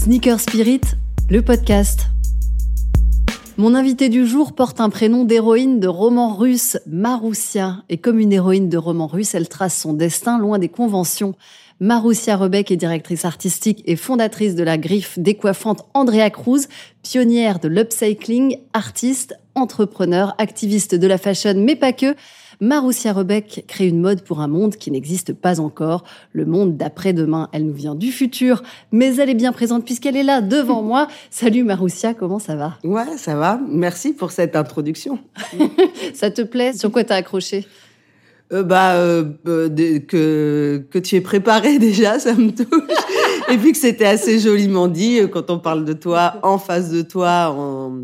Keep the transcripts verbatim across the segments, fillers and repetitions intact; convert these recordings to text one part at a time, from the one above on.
Sneaker Spirit, le podcast. Mon invitée du jour porte un prénom d'héroïne de roman russe, Maroussia. Et comme une héroïne de roman russe, elle trace son destin loin des conventions. Maroussia Rebec est directrice artistique et fondatrice de la griffe décoiffante Andrea Cruz, pionnière de l'upcycling, artiste, entrepreneur, activiste de la fashion, mais pas que. Maroussia Rebec crée une mode pour un monde qui n'existe pas encore, le monde d'après-demain. Elle nous vient du futur, mais elle est bien présente puisqu'elle est là devant moi. Salut Maroussia, comment ça va ? Ouais, ça va. Merci pour cette introduction. Ça te plaît ? Sur quoi t'as accroché ? euh, Bah, euh, euh, de, que que tu es préparée déjà, ça me touche. Et puis que c'était assez joliment dit quand on parle de toi, en face de toi. En...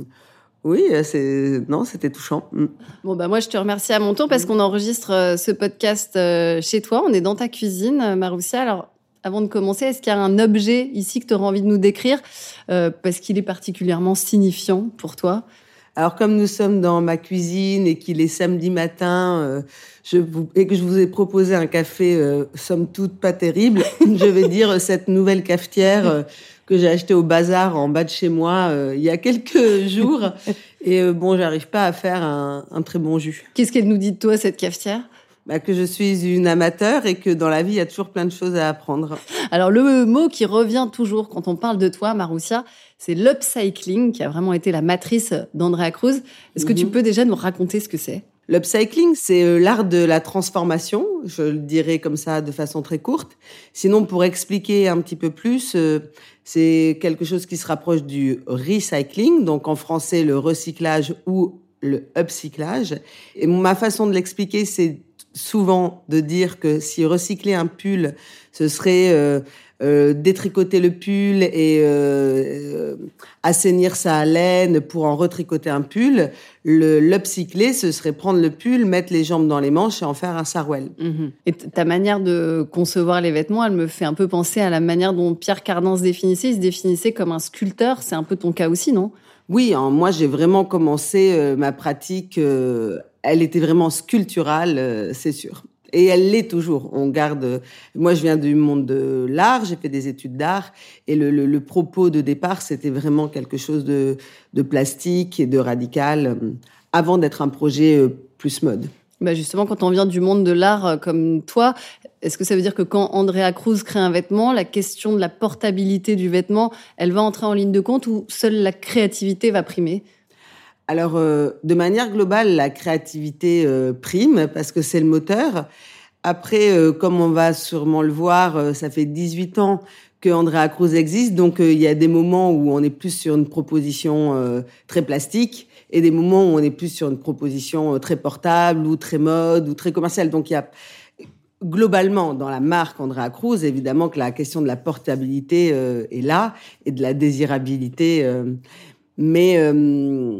Oui, c'est non, c'était touchant. Bon bah moi je te remercie à mon tour parce qu'on enregistre ce podcast chez toi. On est dans ta cuisine, Maroussia. Alors avant de commencer, est-ce qu'il y a un objet ici que tu auras envie de nous décrire euh, parce qu'il est particulièrement signifiant pour toi ? Alors comme nous sommes dans ma cuisine et qu'il est samedi matin, euh, je vous, et que je vous ai proposé un café euh, somme toute pas terrible, je vais dire cette nouvelle cafetière euh, que j'ai achetée au bazar en bas de chez moi euh, il y a quelques jours. Et euh, bon, j'arrive pas à faire un, un très bon jus. Qu'est-ce qu'elle nous dit de toi, cette cafetière ? Bah, que je suis une amateur et que dans la vie, il y a toujours plein de choses à apprendre. Alors, le mot qui revient toujours quand on parle de toi, Maroussia, c'est l'upcycling, qui a vraiment été la matrice d'Andrea Cruz. Est-ce que mm-hmm. tu peux déjà nous raconter ce que c'est ? L'upcycling, c'est l'art de la transformation, je le dirais comme ça de façon très courte. Sinon, pour expliquer un petit peu plus, c'est quelque chose qui se rapproche du recycling, donc en français, le recyclage ou le upcyclage. Et ma façon de l'expliquer, c'est souvent de dire que si recycler un pull, ce serait euh, euh, détricoter le pull et euh, euh, assainir sa laine pour en retricoter un pull, le l'upcycler, ce serait prendre le pull, mettre les jambes dans les manches et en faire un sarouel. Mmh. Et ta manière de concevoir les vêtements, elle me fait un peu penser à la manière dont Pierre Cardin se définissait. Il se définissait comme un sculpteur. C'est un peu ton cas aussi, non ? Oui, hein, moi j'ai vraiment commencé euh, ma pratique, euh, elle était vraiment sculpturale, euh, c'est sûr. Et elle l'est toujours. On garde. Euh, moi, je viens du monde de l'art, j'ai fait des études d'art, et le, le, le propos de départ, c'était vraiment quelque chose de, de plastique et de radical, euh, avant d'être un projet euh, plus mode. Bah justement, quand on vient du monde de l'art comme toi, est-ce que ça veut dire que quand Andrea Cruz crée un vêtement, la question de la portabilité du vêtement, elle va entrer en ligne de compte ou seule la créativité va primer ? Alors, euh, de manière globale, la créativité euh, prime parce que c'est le moteur. Après, euh, comme on va sûrement le voir, euh, ça fait dix-huit ans que Andrea Cruz existe, donc euh, il y a des moments où on est plus sur une proposition euh, très plastique et des moments où on est plus sur une proposition euh, très portable ou très mode ou très commerciale. Donc il y a globalement dans la marque Andrea Cruz, évidemment que la question de la portabilité euh, est là et de la désirabilité. Euh, mais euh,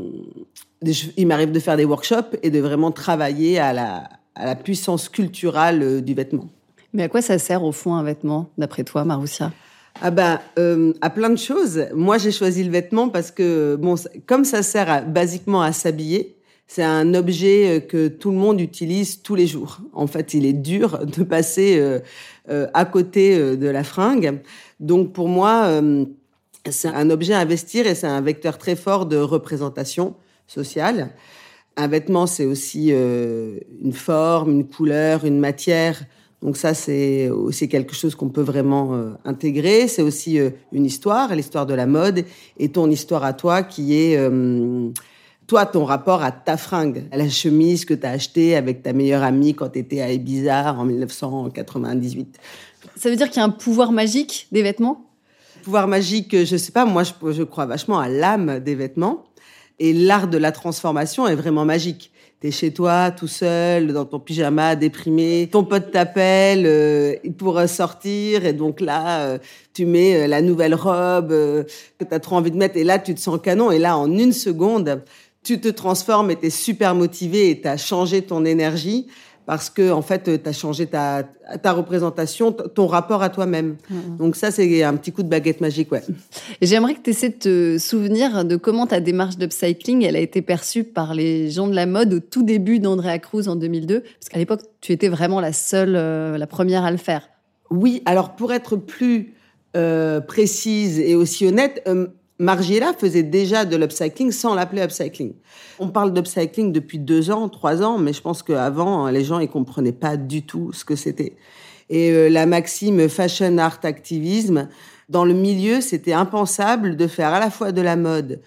je, il m'arrive de faire des workshops et de vraiment travailler à la, à la puissance culturelle euh, du vêtement. Mais à quoi ça sert au fond un vêtement, d'après toi, Maroussia ? Ah ben, euh, à plein de choses. Moi, j'ai choisi le vêtement parce que, bon, comme ça sert à, basiquement à s'habiller, c'est un objet que tout le monde utilise tous les jours. En fait, il est dur de passer euh, euh, à côté de la fringue. Donc, pour moi, euh, c'est un objet à investir et c'est un vecteur très fort de représentation sociale. Un vêtement, c'est aussi euh, une forme, une couleur, une matière. Donc ça, c'est aussi quelque chose qu'on peut vraiment euh, intégrer. C'est aussi euh, une histoire, l'histoire de la mode, et ton histoire à toi qui est, euh, toi, ton rapport à ta fringue, à la chemise que tu as achetée avec ta meilleure amie quand tu étais à Ibiza en dix-neuf cent quatre-vingt-dix-huit. Ça veut dire qu'il y a un pouvoir magique des vêtements ? Pouvoir magique, je sais pas, moi, je, je crois vachement à l'âme des vêtements. Et l'art de la transformation est vraiment magique. T'es chez toi, tout seul, dans ton pyjama, déprimé. Ton pote t'appelle euh, pour sortir. Et donc là, euh, tu mets euh, la nouvelle robe euh, que t'as trop envie de mettre. Et là, tu te sens canon. Et là, en une seconde, tu te transformes et t'es super motivé et t'as changé ton énergie parce que, en fait, t'as changé ta, ta représentation, ton rapport à toi-même. Mmh. Donc ça, c'est un petit coup de baguette magique, ouais. Et j'aimerais que tu essaies de te souvenir de comment ta démarche d'upcycling, elle a été perçue par les gens de la mode au tout début d'Andrea Cruz en deux mille deux. Parce qu'à l'époque, tu étais vraiment la seule, euh, la première à le faire. Oui, alors pour être plus euh, précise et aussi honnête. Euh, Margiela faisait déjà de l'upcycling sans l'appeler upcycling. On parle d'upcycling depuis deux ans, trois ans, mais je pense qu'avant, les gens, ils comprenaient pas du tout ce que c'était. Et euh, la maxime fashion art activisme, dans le milieu, c'était impensable de faire à la fois de la mode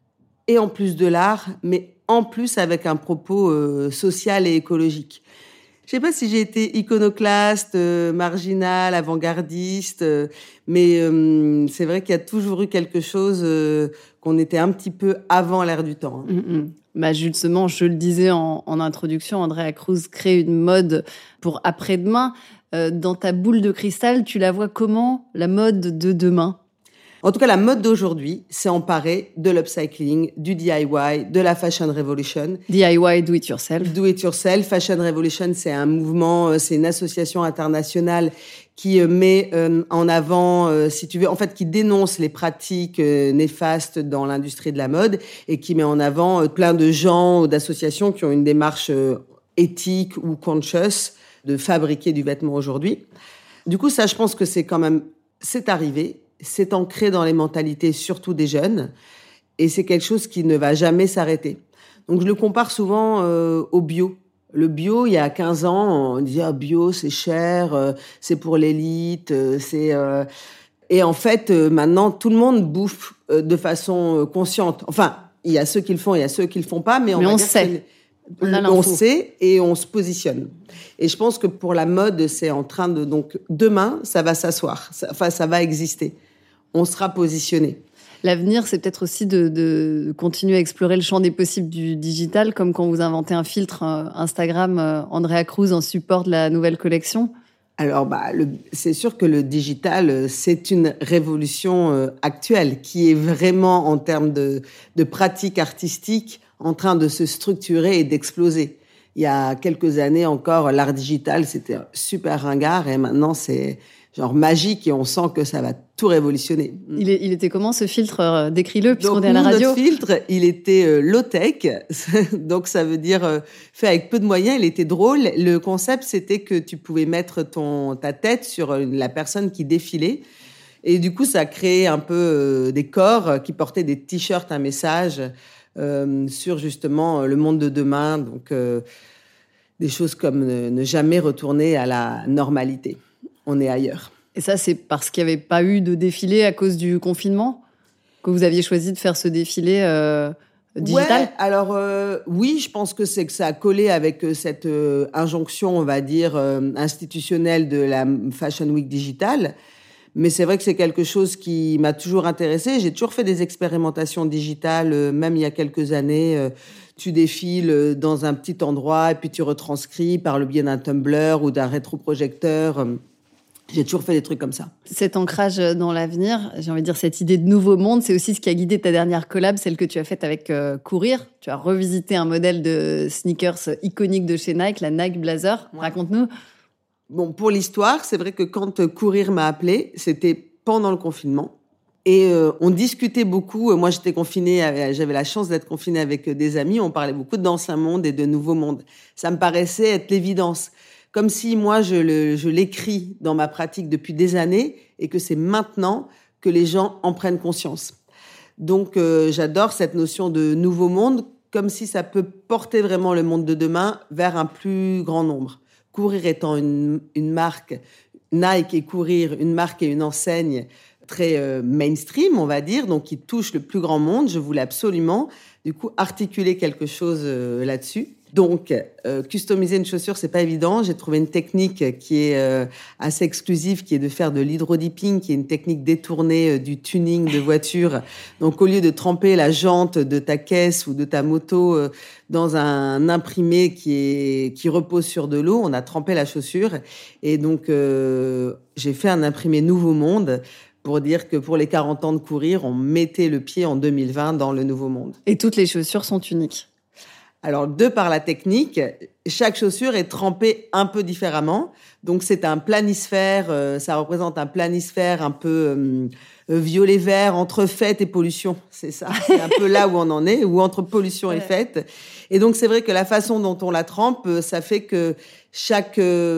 et en plus de l'art, mais en plus avec un propos euh, social et écologique. Je sais pas si j'ai été iconoclaste, euh, marginale, avant-gardiste, euh, mais euh, c'est vrai qu'il y a toujours eu quelque chose euh, qu'on était un petit peu avant l'ère du temps. Hein. Mmh, mmh. Bah justement, je le disais en, en introduction, Andrea Cruz crée une mode pour après-demain. Euh, dans ta boule de cristal, tu la vois comment, la mode de demain ? En tout cas, la mode d'aujourd'hui s'est emparée de l'upcycling, du D I Y, de la Fashion Revolution. D I Y, do it yourself. Do it yourself. Fashion Revolution, c'est un mouvement, c'est une association internationale qui met en avant, si tu veux, en fait, qui dénonce les pratiques néfastes dans l'industrie de la mode et qui met en avant plein de gens ou d'associations qui ont une démarche éthique ou conscious de fabriquer du vêtement aujourd'hui. Du coup, ça, je pense que c'est quand même, c'est arrivé. C'est ancré dans les mentalités, surtout des jeunes, et c'est quelque chose qui ne va jamais s'arrêter. Donc je le compare souvent euh, au bio. Le bio, il y a quinze ans, on disait ah, bio, c'est cher, euh, c'est pour l'élite, euh, c'est euh... et en fait euh, maintenant tout le monde bouffe euh, de façon euh, consciente. Enfin, il y a ceux qui le font, il y a ceux qui le font pas, mais on, mais va on dire sait. Que on, on sait et on se positionne. Et je pense que pour la mode, c'est en train de donc demain, ça va s'asseoir, ça, enfin ça va exister. On sera positionné. L'avenir, c'est peut-être aussi de, de continuer à explorer le champ des possibles du digital, comme quand vous inventez un filtre Instagram Andrea Cruz en support de la nouvelle collection. Alors, bah, le, c'est sûr que le digital, c'est une révolution euh, actuelle qui est vraiment, en termes de, de pratique artistique, en train de se structurer et d'exploser. Il y a quelques années encore, l'art digital, c'était super ringard et maintenant, c'est genre magique et on sent que ça va tout révolutionner. Il, est, il était comment ce filtre ? Décris-le puisqu'on donc, est à la radio. Notre filtre, il était euh, low-tech, donc ça veut dire euh, fait avec peu de moyens, il était drôle. Le concept, c'était que tu pouvais mettre ton, ta tête sur la personne qui défilait et du coup, ça a créé un peu euh, des corps qui portaient des t-shirts, un message euh, sur justement le monde de demain, donc euh, des choses comme ne, ne jamais retourner à la normalité. On est ailleurs. Et ça, c'est parce qu'il n'y avait pas eu de défilé à cause du confinement que vous aviez choisi de faire ce défilé euh, digital ? Ouais, alors euh, oui, je pense que c'est que ça a collé avec cette euh, injonction, on va dire, euh, institutionnelle de la Fashion Week digitale. Mais c'est vrai que c'est quelque chose qui m'a toujours intéressée. J'ai toujours fait des expérimentations digitales, euh, même il y a quelques années. Euh, tu défiles dans un petit endroit et puis tu retranscris par le biais d'un Tumblr ou d'un rétroprojecteur. Euh, J'ai toujours fait des trucs comme ça. Cet ancrage dans l'avenir, j'ai envie de dire cette idée de nouveau monde, c'est aussi ce qui a guidé ta dernière collab, celle que tu as faite avec euh, Courir. Tu as revisité un modèle de sneakers iconique de chez Nike, la Nike Blazer. Ouais. Raconte-nous. Bon, pour l'histoire, c'est vrai que quand Courir m'a appelée, c'était pendant le confinement. Et euh, on discutait beaucoup. Moi, j'étais confinée, j'avais la chance d'être confinée avec des amis. On parlait beaucoup d'ancien monde et de nouveau monde. Ça me paraissait être l'évidence. Comme si moi, je, le, je l'écris dans ma pratique depuis des années et que c'est maintenant que les gens en prennent conscience. Donc, euh, j'adore cette notion de nouveau monde, comme si ça peut porter vraiment le monde de demain vers un plus grand nombre. Courir étant une, une marque, Nike et Courir, une marque et une enseigne très euh, mainstream, on va dire, donc qui touche le plus grand monde. Je voulais absolument, du coup, articuler quelque chose euh, là-dessus. Donc, euh, customiser une chaussure, c'est pas évident. J'ai trouvé une technique qui est euh, assez exclusive, qui est de faire de l'hydrodipping, qui est une technique détournée euh, du tuning de voiture. Donc, au lieu de tremper la jante de ta caisse ou de ta moto euh, dans un imprimé qui est qui repose sur de l'eau, on a trempé la chaussure. Et donc, euh, j'ai fait un imprimé Nouveau Monde pour dire que pour les quarante ans de Courir, on mettait le pied en deux mille vingt dans le Nouveau Monde. Et toutes les chaussures sont uniques. Alors, de par la technique, chaque chaussure est trempée un peu différemment. Donc, c'est un planisphère, euh, ça représente un planisphère un peu euh, violet-vert entre fête et pollution. C'est ça, c'est un peu là où on en est, ou entre pollution ouais. et fête. Et donc, c'est vrai que la façon dont on la trempe, ça fait que chaque euh,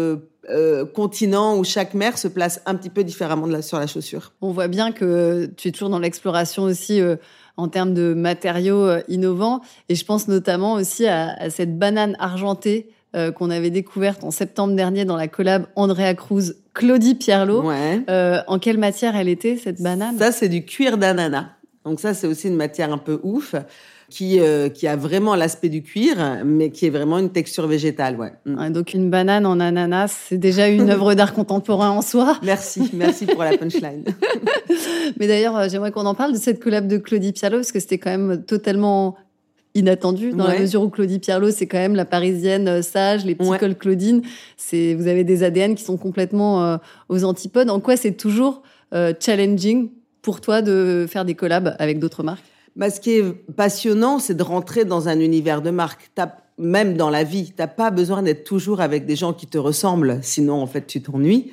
euh, continent où chaque mère se place un petit peu différemment de la, sur la chaussure. On voit bien que tu es toujours dans l'exploration aussi euh, en termes de matériaux euh, innovants. Et je pense notamment aussi à, à cette banane argentée euh, qu'on avait découverte en septembre dernier dans la collab Andrea Cruz, Claudie Pierlot. Ouais. Euh, en quelle matière elle était, cette banane ? Ça, c'est du cuir d'ananas. Donc ça, c'est aussi une matière un peu ouf. Qui, euh, qui a vraiment l'aspect du cuir, mais qui est vraiment une texture végétale, ouais. Mm. Ouais, donc une banane en ananas, c'est déjà une œuvre d'art contemporain en soi. Merci, merci pour la punchline. Mais d'ailleurs, j'aimerais qu'on en parle de cette collab de Claudie Pierlot, parce que c'était quand même totalement inattendu, dans ouais. la mesure où Claudie Pierlot, c'est quand même la parisienne sage, les petits ouais. cols Claudine. C'est, vous avez des A D N qui sont complètement euh, aux antipodes. En quoi c'est toujours euh, challenging pour toi de faire des collabs avec d'autres marques ? Bah, ce qui est passionnant, c'est de rentrer dans un univers de marque. T'as, même dans la vie, t'as pas besoin d'être toujours avec des gens qui te ressemblent, sinon en fait tu t'ennuies.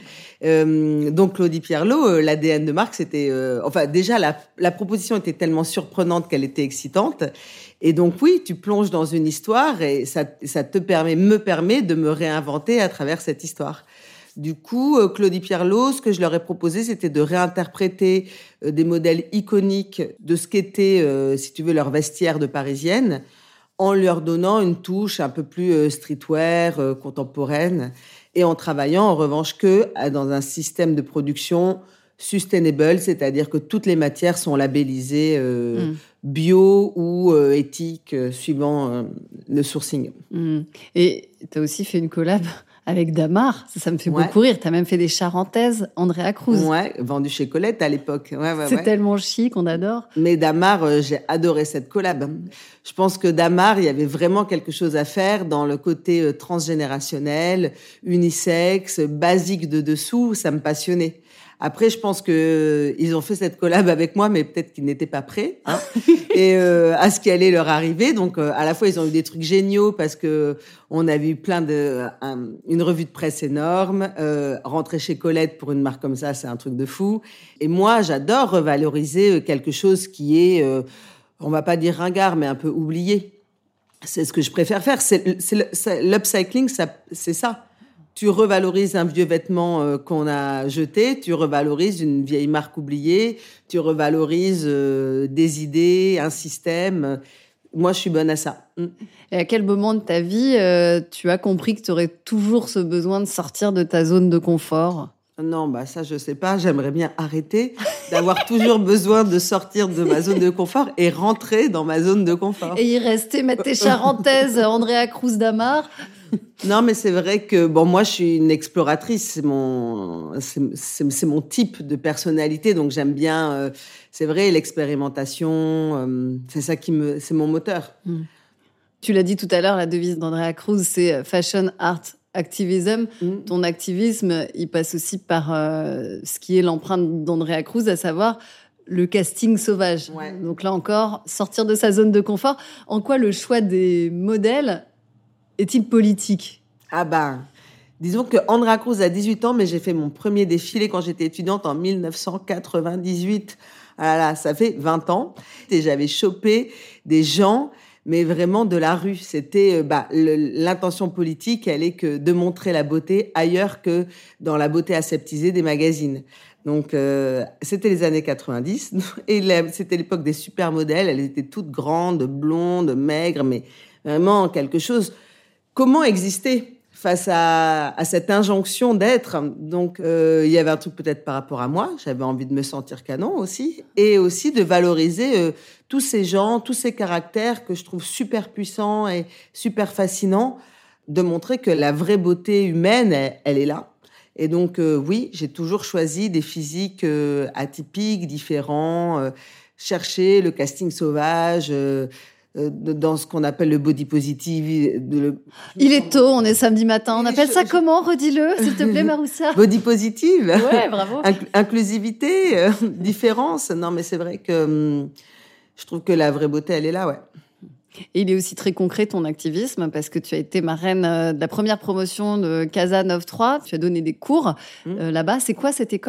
Euh, donc Claudie Pierlot, euh, l'A D N de marque, c'était, euh, enfin déjà la, la proposition était tellement surprenante qu'elle était excitante. Et donc oui, tu plonges dans une histoire et ça, ça te permet, me permet de me réinventer à travers cette histoire. Du coup, Claudie Pierlot, ce que je leur ai proposé, c'était de réinterpréter des modèles iconiques de ce qu'était, euh, si tu veux, leur vestiaire de parisienne, en leur donnant une touche un peu plus streetwear, euh, contemporaine, et en travaillant en revanche que dans un système de production sustainable, c'est-à-dire que toutes les matières sont labellisées euh, mmh. bio ou euh, éthiques, euh, suivant euh, le sourcing. Mmh. Et tu as aussi fait une collab avec Damar, ça, ça me fait ouais. beaucoup rire. Tu as même fait des charentaises Andrea Cruz. Ouais, vendues chez Colette à l'époque. Ouais, ouais, c'est ouais. tellement chic, on adore. Mais Damar, euh, j'ai adoré cette collab. Je pense que Damar, il y avait vraiment quelque chose à faire dans le côté euh, transgénérationnel, unisexe, basique de dessous. Ça me passionnait. Après, je pense que euh, ils ont fait cette collab avec moi, mais peut-être qu'ils n'étaient pas prêts hein, et euh, à ce qui allait leur arriver. Donc, euh, à la fois, ils ont eu des trucs géniaux parce que on a vu plein de un, une revue de presse énorme. Euh, rentrer chez Colette pour une marque comme ça, c'est un truc de fou. Et moi, j'adore revaloriser quelque chose qui est, euh, on va pas dire ringard, mais un peu oublié. C'est ce que je préfère faire. C'est, c'est, c'est l'upcycling, ça, c'est ça. Tu revalorises un vieux vêtement euh, qu'on a jeté, tu revalorises une vieille marque oubliée, tu revalorises euh, des idées, un système. Moi, je suis bonne à ça. Et à quel moment de ta vie euh, tu as compris que tu aurais toujours ce besoin de sortir de ta zone de confort ? Non, bah ça, je sais pas. J'aimerais bien arrêter d'avoir toujours besoin de sortir de ma zone de confort et rentrer dans ma zone de confort. Et y rester, mettre tes charentaises, Andrea Cruz Damar. Non, mais c'est vrai que bon, moi, je suis une exploratrice. C'est mon, c'est, c'est, c'est mon type de personnalité, donc j'aime bien. Euh, c'est vrai, l'expérimentation. Euh, c'est ça qui me, c'est mon moteur. Mmh. Tu l'as dit tout à l'heure, la devise d'Andrea Cruz, c'est Fashion Art Activism. Mmh. Ton activisme, il passe aussi par euh, ce qui est l'empreinte d'Andrea Cruz, à savoir le casting sauvage. Ouais. Donc là encore, sortir de sa zone de confort. En quoi le choix des modèles est-il politique ? Ah ben, disons que Andrea Cruz a dix-huit ans, mais j'ai fait mon premier défilé quand j'étais étudiante en dix-neuf cent quatre-vingt-dix-huit. Voilà, ça fait vingt ans. Et j'avais chopé des gens, mais vraiment de la rue. C'était bah, le, l'intention politique, elle est que de montrer la beauté ailleurs que dans la beauté aseptisée des magazines. Donc, euh, c'était les années quatre-vingt-dix. Et la, c'était l'époque des supermodèles. Elles étaient toutes grandes, blondes, maigres, mais vraiment quelque chose... Comment exister face à, à cette injonction d'être ? Donc, euh, il y avait un truc peut-être par rapport à moi. J'avais envie de me sentir canon aussi. Et aussi de valoriser euh, tous ces gens, tous ces caractères que je trouve super puissants et super fascinants. De montrer que la vraie beauté humaine, elle, elle est là. Et donc, euh, oui, j'ai toujours choisi des physiques euh, atypiques, différents. Euh, chercher le casting sauvage... Euh, dans ce qu'on appelle le body positive. Le... Il est tôt, on est samedi matin. On appelle ça comment ? Redis-le, s'il te plaît, Maroussia. Body positive. Ouais, bravo. Incl- inclusivité, euh, différence. Non, mais c'est vrai que hum, je trouve que la vraie beauté, elle est là, ouais. Et il est aussi très concret, ton activisme, parce que tu as été marraine de la première promotion de Casa neuf trois. Tu as donné des cours mmh. euh, là-bas. C'est quoi cette école ?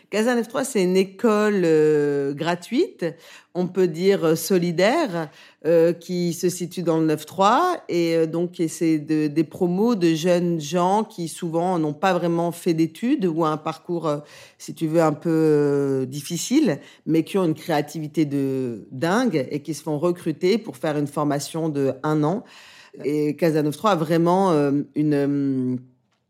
Casa neuf trois, c'est une école euh, gratuite, on peut dire euh, solidaire, euh, qui se situe dans le neuf trois. Et euh, donc, et c'est de, des promos de jeunes gens qui souvent n'ont pas vraiment fait d'études ou un parcours, euh, si tu veux, un peu euh, difficile, mais qui ont une créativité de dingue et qui se font recruter pour faire une formation de un an. Et Casa neuf trois a vraiment euh, une... Euh,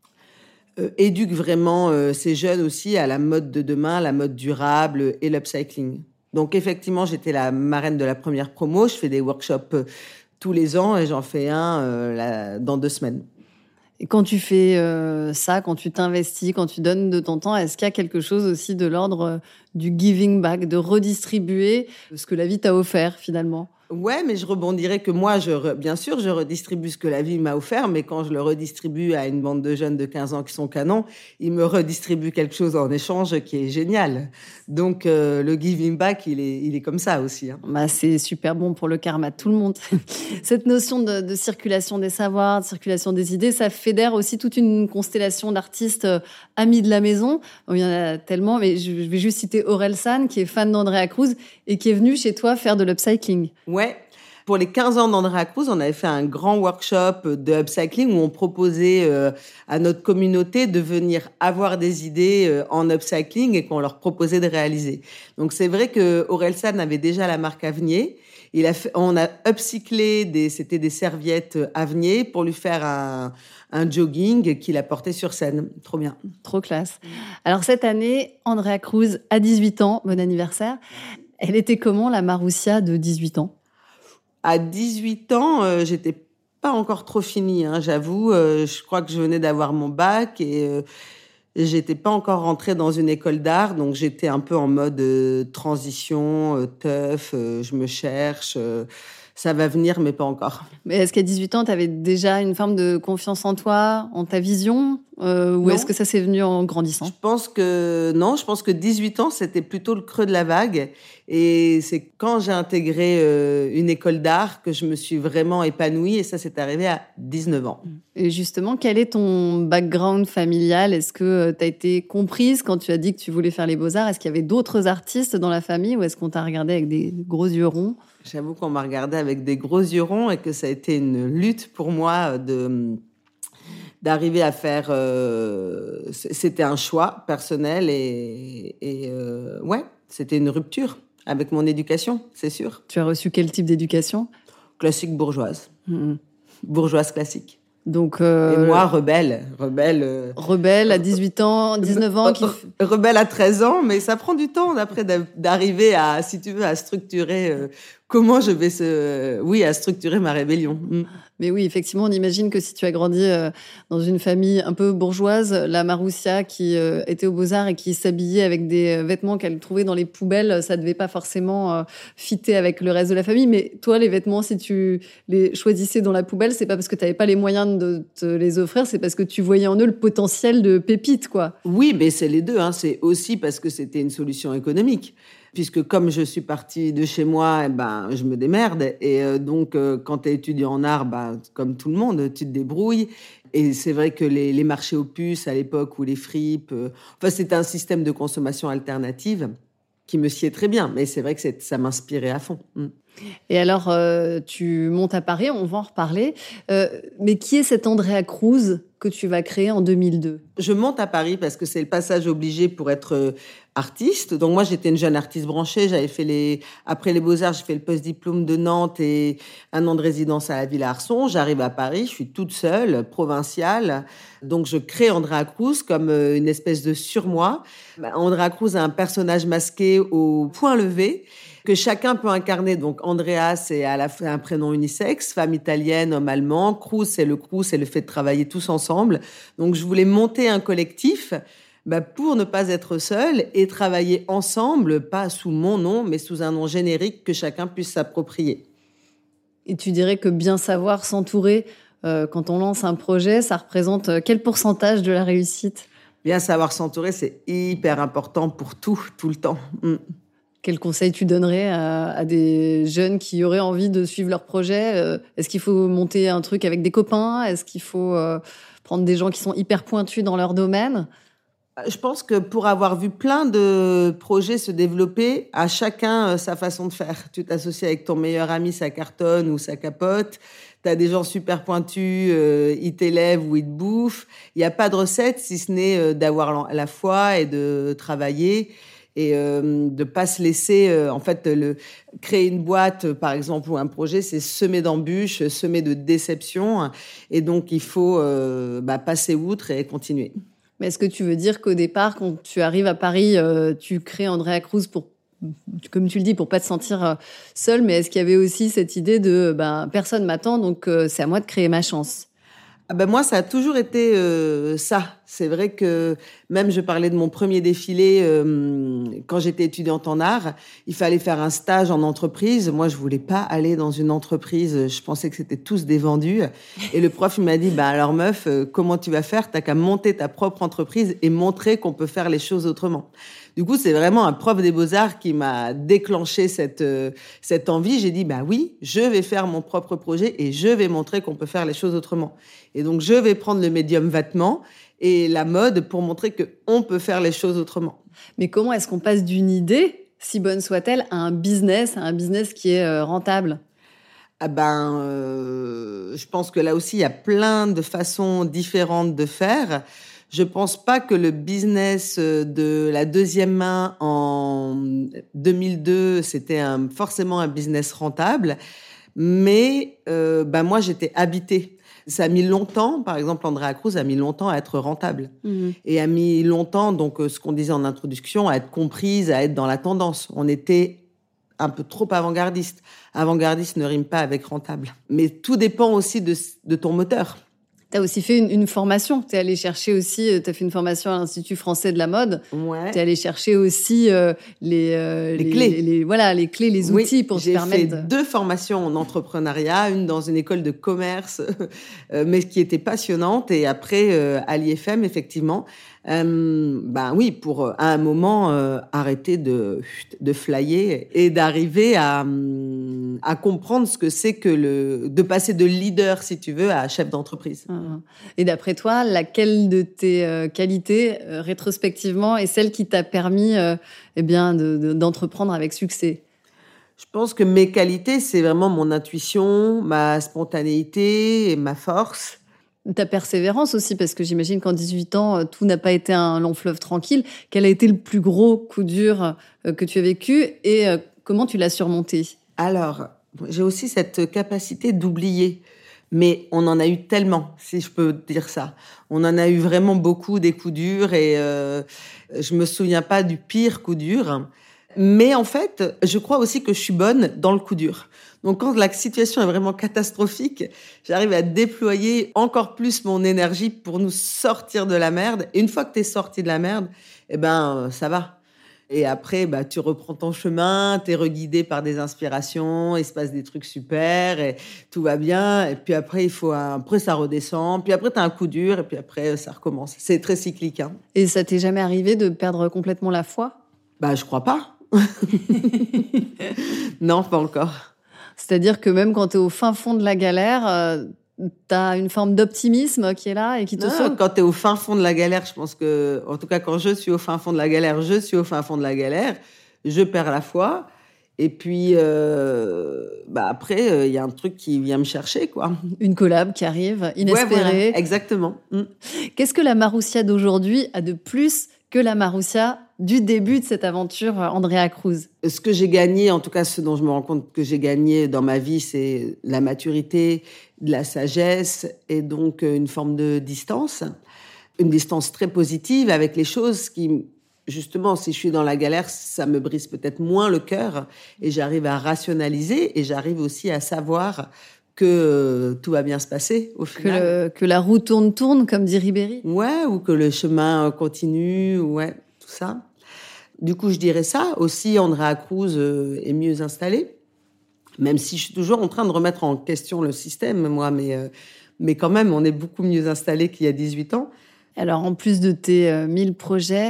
Euh, éduque vraiment euh, ces jeunes aussi à la mode de demain, la mode durable et l'upcycling. Donc effectivement, j'étais la marraine de la première promo. Je fais des workshops euh, tous les ans et j'en fais un euh, là, dans deux semaines. Et quand tu fais euh, ça, quand tu t'investis, quand tu donnes de ton temps, est-ce qu'il y a quelque chose aussi de l'ordre euh, du giving back, de redistribuer ce que la vie t'a offert finalement ? Ouais, mais je rebondirais que moi, je re... bien sûr, je redistribue ce que la vie m'a offert, mais quand je le redistribue à une bande de jeunes de quinze ans qui sont canons, ils me redistribuent quelque chose en échange qui est génial. Donc, euh, le giving back, il est, il est comme ça aussi. Hein. Bah, c'est super bon pour le karma, tout le monde. Cette notion de, de circulation des savoirs, de circulation des idées, ça fédère aussi toute une constellation d'artistes euh, amis de la maison. Bon, il y en a tellement, mais je, je vais juste citer Orelsan, qui est fan d'Andrea Cruz et qui est venu chez toi faire de l'upcycling. Ouais. Pour les quinze ans d'Andrea Cruz, on avait fait un grand workshop de upcycling où on proposait euh, à notre communauté de venir avoir des idées euh, en upcycling et qu'on leur proposait de réaliser. Donc c'est vrai que Orelsan avait déjà la marque Avenier. Il a fait, on a upcyclé des, c'était des serviettes Avenier pour lui faire un, un jogging qu'il a porté sur scène. Trop bien. Trop classe. Alors cette année, Andrea Cruz a dix-huit ans. Bon anniversaire. Elle était comment, la Marussia de dix-huit ans ? À dix-huit ans, euh, j'étais pas encore trop finie, hein, j'avoue. Euh, je crois que je venais d'avoir mon bac et euh, j'étais pas encore rentrée dans une école d'art, donc j'étais un peu en mode euh, transition, euh, teuf, euh, je me cherche. Euh, ça va venir, mais pas encore. Mais est-ce qu'à dix-huit ans, tu avais déjà une forme de confiance en toi, en ta vision, euh, ou Non. est-ce que ça s'est venu en grandissant ? Je pense que non, je pense que dix-huit ans, c'était plutôt le creux de la vague. Et c'est quand j'ai intégré euh, une école d'art que je me suis vraiment épanouie. Et ça, c'est arrivé à dix-neuf ans. Et justement, quel est ton background familial ? Est-ce que tu as été comprise quand tu as dit que tu voulais faire les beaux-arts ? Est-ce qu'il y avait d'autres artistes dans la famille ou est-ce qu'on t'a regardé avec des gros yeux ronds ? J'avoue qu'on m'a regardé avec des gros yeux ronds et que ça a été une lutte pour moi de... d'arriver à faire... Euh, c'était un choix personnel et, et euh, ouais, c'était une rupture avec mon éducation, c'est sûr. Tu as reçu quel type d'éducation ? Classique bourgeoise. Mmh. Bourgeoise classique. Donc, euh, et moi, rebelle. Rebelle, euh, rebelle à dix-huit ans, dix-neuf ans. Qui... Rebelle à treize ans, mais ça prend du temps après d'arriver à, si tu veux, à structurer... Euh, comment je vais se, oui, à structurer ma rébellion. Mm. Mais oui, effectivement, on imagine que si tu as grandi euh, dans une famille un peu bourgeoise, la Marussia qui euh, était aux Beaux-Arts et qui s'habillait avec des vêtements qu'elle trouvait dans les poubelles, ça devait pas forcément euh, fitter avec le reste de la famille. Mais toi, les vêtements, si tu les choisissais dans la poubelle, c'est pas parce que tu avais pas les moyens de te les offrir, c'est parce que tu voyais en eux le potentiel de pépite, quoi. Oui, mais c'est les deux. Hein. C'est aussi parce que c'était une solution économique. Puisque comme je suis partie de chez moi, eh ben, je me démerde. Et euh, donc, euh, quand tu es étudiant en art, ben, comme tout le monde, tu te débrouilles. Et c'est vrai que les, les marchés aux puces, à l'époque, ou les fripes, euh, enfin, c'était un système de consommation alternative qui me sied très bien. Mais c'est vrai que c'est, ça m'inspirait à fond. Mm. Et alors, euh, tu montes à Paris, on va en reparler. Euh, mais qui est cet Andrea Cruz que tu vas créer en deux mille deux ? Je monte à Paris parce que c'est le passage obligé pour être euh, artiste. Donc moi, j'étais une jeune artiste branchée. J'avais fait les, après les Beaux-Arts, j'ai fait le post-diplôme de Nantes et un an de résidence à la Villa Arson. J'arrive à Paris, je suis toute seule, provinciale. Donc je crée Andrea Cruz comme euh, une espèce de surmoi. Andrea Cruz est un personnage masqué au point levé que chacun peut incarner. Donc, Andrea, c'est à la fois un prénom unisexe, femme italienne, homme allemand. Cruz, c'est le Cruz, c'est le fait de travailler tous ensemble. Donc, je voulais monter un collectif bah, pour ne pas être seul et travailler ensemble, pas sous mon nom, mais sous un nom générique que chacun puisse s'approprier. Et tu dirais que bien savoir s'entourer euh, quand on lance un projet, ça représente quel pourcentage de la réussite ? Bien savoir s'entourer, c'est hyper important pour tout, tout le temps. Mm. Quel conseil tu donnerais à, à des jeunes qui auraient envie de suivre leur projet ? Est-ce qu'il faut monter un truc avec des copains ? Est-ce qu'il faut euh, prendre des gens qui sont hyper pointus dans leur domaine ? Je pense que pour avoir vu plein de projets se développer, à chacun euh, sa façon de faire. Tu t'associes avec ton meilleur ami, ça cartonne ou ça capote. Tu as des gens super pointus, euh, ils t'élèvent ou ils te bouffent. Il n'y a pas de recette, si ce n'est euh, d'avoir la foi et de travailler et euh, de pas se laisser... Euh, en fait, le, créer une boîte, euh, par exemple, ou un projet, c'est semer d'embûches, semer de déceptions. Et donc, il faut euh, bah, passer outre et continuer. Mais est-ce que tu veux dire qu'au départ, quand tu arrives à Paris, euh, tu crées Andrea Cruz pour, comme tu le dis, pour pas te sentir euh, seule, mais est-ce qu'il y avait aussi cette idée de ben, personne m'attend, donc euh, c'est à moi de créer ma chance? Ah ben moi, ça a toujours été euh, ça. C'est vrai que même je parlais de mon premier défilé euh, quand j'étais étudiante en art, il fallait faire un stage en entreprise. Moi, je voulais pas aller dans une entreprise. Je pensais que c'était tous des vendus. Et le prof, il m'a dit, bah alors meuf, euh, comment tu vas faire? T'as qu'à monter ta propre entreprise et montrer qu'on peut faire les choses autrement. Du coup, c'est vraiment un prof des Beaux-Arts qui m'a déclenché cette, euh, cette envie. J'ai dit, bah oui, je vais faire mon propre projet et je vais montrer qu'on peut faire les choses autrement. Et donc, je vais prendre le médium vêtements et la mode pour montrer qu'on peut faire les choses autrement. Mais comment est-ce qu'on passe d'une idée, si bonne soit-elle, à un business, à un business qui est euh, rentable? Ah ben, euh, je pense que là aussi, il y a plein de façons différentes de faire. Je pense pas que le business de la deuxième main en deux mille deux, c'était un, forcément un business rentable. Mais euh, ben moi, j'étais habitée. Ça a mis longtemps, par exemple, Andrea Cruz a mis longtemps à être rentable. Mmh. Et a mis longtemps, donc ce qu'on disait en introduction, à être comprise, à être dans la tendance. On était un peu trop avant-gardiste. Avant-gardiste ne rime pas avec rentable. Mais tout dépend aussi de, de ton moteur. Tu as aussi fait une, une formation. Tu es allé chercher aussi, tu as fait une formation à l'Institut français de la mode. Ouais. Tu es allé chercher aussi euh, les, euh, les, les clés. Les, les, voilà, les clés, les outils oui, pour te permettre... J'ai fait deux formations en entrepreneuriat, une dans une école de commerce, euh, mais qui était passionnante, et après euh, à l'I F M, effectivement. Euh, ben oui, pour à un moment euh, arrêter de de flyer et d'arriver à à comprendre ce que c'est que le de passer de leader, si tu veux, à chef d'entreprise. Et d'après toi, laquelle de tes euh, qualités euh, rétrospectivement est celle qui t'a permis euh, eh bien de, de, d'entreprendre avec succès? Je pense que mes qualités, c'est vraiment mon intuition, ma spontanéité et ma force. Ta persévérance aussi, parce que j'imagine qu'en dix-huit ans, tout n'a pas été un long fleuve tranquille. Quel a été le plus gros coup dur que tu as vécu et comment tu l'as surmonté? Alors, j'ai aussi cette capacité d'oublier. Mais on en a eu tellement, si je peux dire ça. On en a eu vraiment beaucoup, des coups durs, et euh, je me souviens pas du pire coup dur. Mais en fait, je crois aussi que je suis bonne dans le coup dur. Donc, quand la situation est vraiment catastrophique, j'arrive à déployer encore plus mon énergie pour nous sortir de la merde. Et une fois que t'es sorti de la merde, eh ben, ça va. Et après, bah, tu reprends ton chemin, t'es reguidé par des inspirations, il se passe des trucs super, et tout va bien. Et puis après, il faut un... après ça redescend. Puis après, t'as un coup dur, et puis après, ça recommence. C'est très cyclique, hein. Et ça t'est jamais arrivé de perdre complètement la foi? Bah, je crois pas. Non, pas encore. C'est-à-dire que même quand tu es au fin fond de la galère, euh, tu as une forme d'optimisme qui est là et qui te non, sauve? Quand tu es au fin fond de la galère, je pense que, en tout cas, quand je suis au fin fond de la galère, je suis au fin fond de la galère, je perds la foi. Et puis, euh, bah après, il euh, y a un truc qui vient me chercher, quoi. Une collab qui arrive, inespérée. Ouais, voilà, exactement. Mm. Qu'est-ce que la Marussia d'aujourd'hui a de plus que la Marussia du début de cette aventure Andrea Cruz? Ce que j'ai gagné, en tout cas ce dont je me rends compte que j'ai gagné dans ma vie, c'est la maturité, de la sagesse et donc une forme de distance. Une distance très positive avec les choses qui, justement, si je suis dans la galère, ça me brise peut-être moins le cœur et j'arrive à rationaliser et j'arrive aussi à savoir que euh, tout va bien se passer au final. Que, le, que la roue tourne, tourne, comme dit Ribéry. Ouais, ou que le chemin continue, ouais, tout ça. Du coup, je dirais ça. Aussi, Andrea Cruz euh, est mieux installée, même si je suis toujours en train de remettre en question le système, moi, mais, euh, mais quand même, on est beaucoup mieux installé qu'il y a dix-huit ans. Alors, en plus de tes euh, mille projets,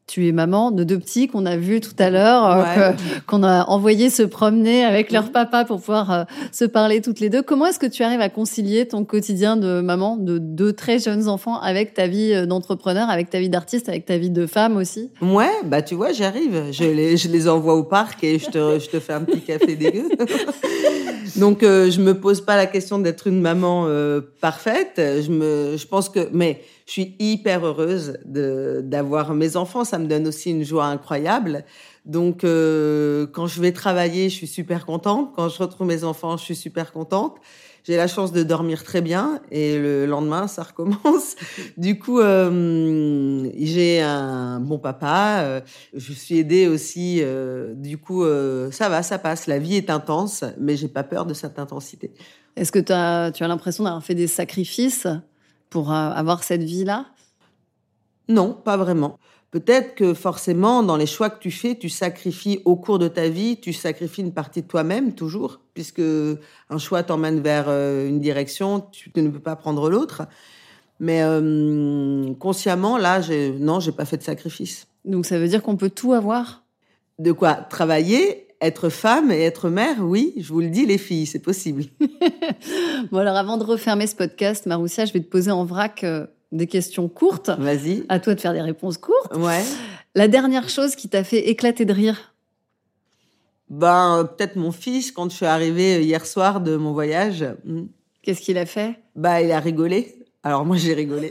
Tu es maman de deux petits qu'on a vus tout à l'heure, Ouais. euh, que, qu'on a envoyés se promener avec leur papa pour pouvoir euh, se parler toutes les deux. Comment est-ce que tu arrives à concilier ton quotidien de maman de deux très jeunes enfants avec ta vie d'entrepreneur, avec ta vie d'artiste, avec ta vie de femme aussi? Ouais, bah tu vois, j'arrive. Je les, je les envoie au parc et je te, je te fais un petit café dégueu. Donc, euh, je me pose pas la question d'être une maman euh, parfaite. Je me, je pense que, mais je suis hyper heureuse de d'avoir mes enfants. Ça me donne aussi une joie incroyable. Donc, euh, quand je vais travailler, je suis super contente. Quand je retrouve mes enfants, je suis super contente. J'ai la chance de dormir très bien et le lendemain, ça recommence. Du coup, euh, j'ai un bon papa. Euh, je suis aidée aussi. Euh, du coup, euh, ça va, ça passe. La vie est intense, mais j'ai pas peur de cette intensité. Est-ce que t'as, tu as l'impression d'avoir fait des sacrifices pour euh, avoir cette vie-là? Non, pas vraiment. Peut-être que forcément, dans les choix que tu fais, tu sacrifies au cours de ta vie, tu sacrifies une partie de toi-même, toujours, puisque un choix t'emmène vers euh, une direction, tu ne peux pas prendre l'autre. Mais euh, consciemment, là, j'ai, non, j'ai pas fait de sacrifice. Donc ça veut dire qu'on peut tout avoir? De quoi? Travailler, être femme et être mère, oui, je vous le dis, les filles, c'est possible. Bon, alors avant de refermer ce podcast, Maroussia, je vais te poser en vrac euh, des questions courtes. Vas-y. À toi de faire des réponses courtes. Ouais. La dernière chose qui t'a fait éclater de rire? Ben, euh, peut-être mon fils, quand je suis arrivée hier soir de mon voyage. hmm, Qu'est-ce qu'il a fait? Bah, il a rigolé. Alors moi, j'ai rigolé.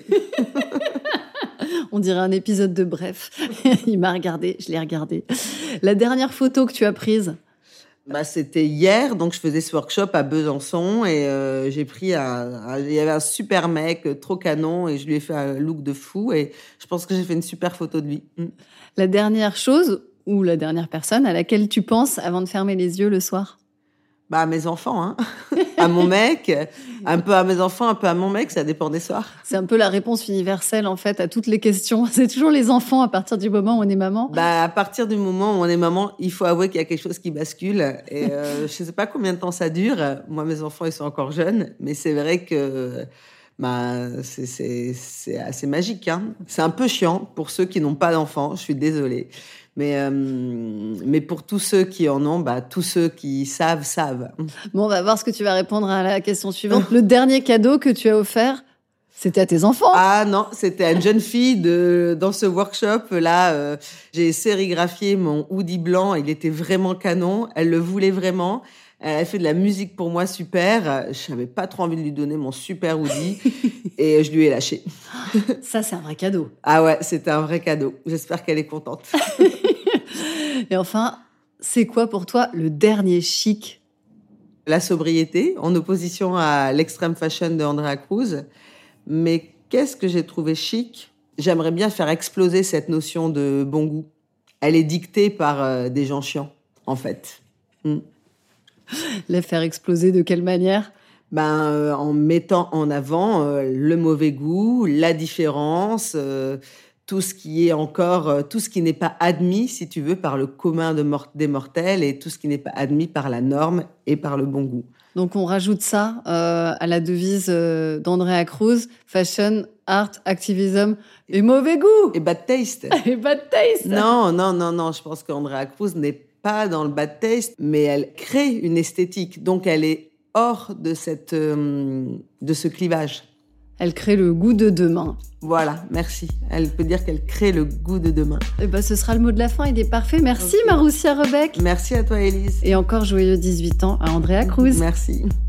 On dirait un épisode de Bref. Il m'a regardé, je l'ai regardé. La dernière photo que tu as prise? Bah, c'était hier, donc je faisais ce workshop à Besançon et euh, j'ai pris un, un- il y avait un super mec euh, trop canon et je lui ai fait un look de fou et je pense que j'ai fait une super photo de lui. Mm. La dernière chose ou la dernière personne à laquelle tu penses avant de fermer les yeux le soir? Bah, à mes enfants, hein. À mon mec, un peu à mes enfants, un peu à mon mec, ça dépend des soirs. C'est un peu la réponse universelle, en fait, à toutes les questions. C'est toujours les enfants à partir du moment où on est maman. Bah, à partir du moment où on est maman, il faut avouer qu'il y a quelque chose qui bascule. Et euh, je sais pas combien de temps ça dure. Moi, mes enfants, ils sont encore jeunes, mais c'est vrai que bah, c'est, c'est, c'est assez magique, hein. C'est un peu chiant pour ceux qui n'ont pas d'enfants. Je suis désolée. Mais, euh, mais pour tous ceux qui en ont, bah, tous ceux qui savent, savent. Bon, on va voir ce que tu vas répondre à la question suivante. Le dernier cadeau que tu as offert, c'était à tes enfants. Ah non, c'était à une jeune fille de, dans ce workshop-là. Euh, j'ai sérigraphié mon hoodie blanc. Il était vraiment canon. Elle le voulait vraiment. Elle a fait de la musique pour moi super. Je n'avais pas trop envie de lui donner mon super hoodie. Et je lui ai lâché. Ça, c'est un vrai cadeau. Ah ouais, c'était un vrai cadeau. J'espère qu'elle est contente. Et enfin, c'est quoi pour toi le dernier chic? La sobriété, en opposition à l'extreme fashion de Andrea Cruz. Mais qu'est-ce que j'ai trouvé chic? J'aimerais bien faire exploser cette notion de bon goût. Elle est dictée par euh, des gens chiants, en fait. Mm. La faire exploser de quelle manière? Ben, euh, en mettant en avant euh, le mauvais goût, la différence, euh, tout ce qui est encore, euh, tout ce qui n'est pas admis, si tu veux, par le commun de mort- des mortels et tout ce qui n'est pas admis par la norme et par le bon goût. Donc, on rajoute ça euh, à la devise euh, d'Andrea Cruz, fashion, art, activism et mauvais goût. Et bad taste. Et bad taste. Non, non, non, non. Je pense qu'Andrea Cruz n'est pas dans le bad taste, mais elle crée une esthétique. Donc, elle est hors de cette, euh, de ce clivage. Elle crée le goût de demain. Voilà, merci. Elle peut dire qu'elle crée le goût de demain. Et ben, ce sera le mot de la fin. Il est parfait. Merci, Ok. Maroussia Rebec. Merci à toi, Élise. Et encore joyeux dix-huit ans à Andrea Cruz. Merci.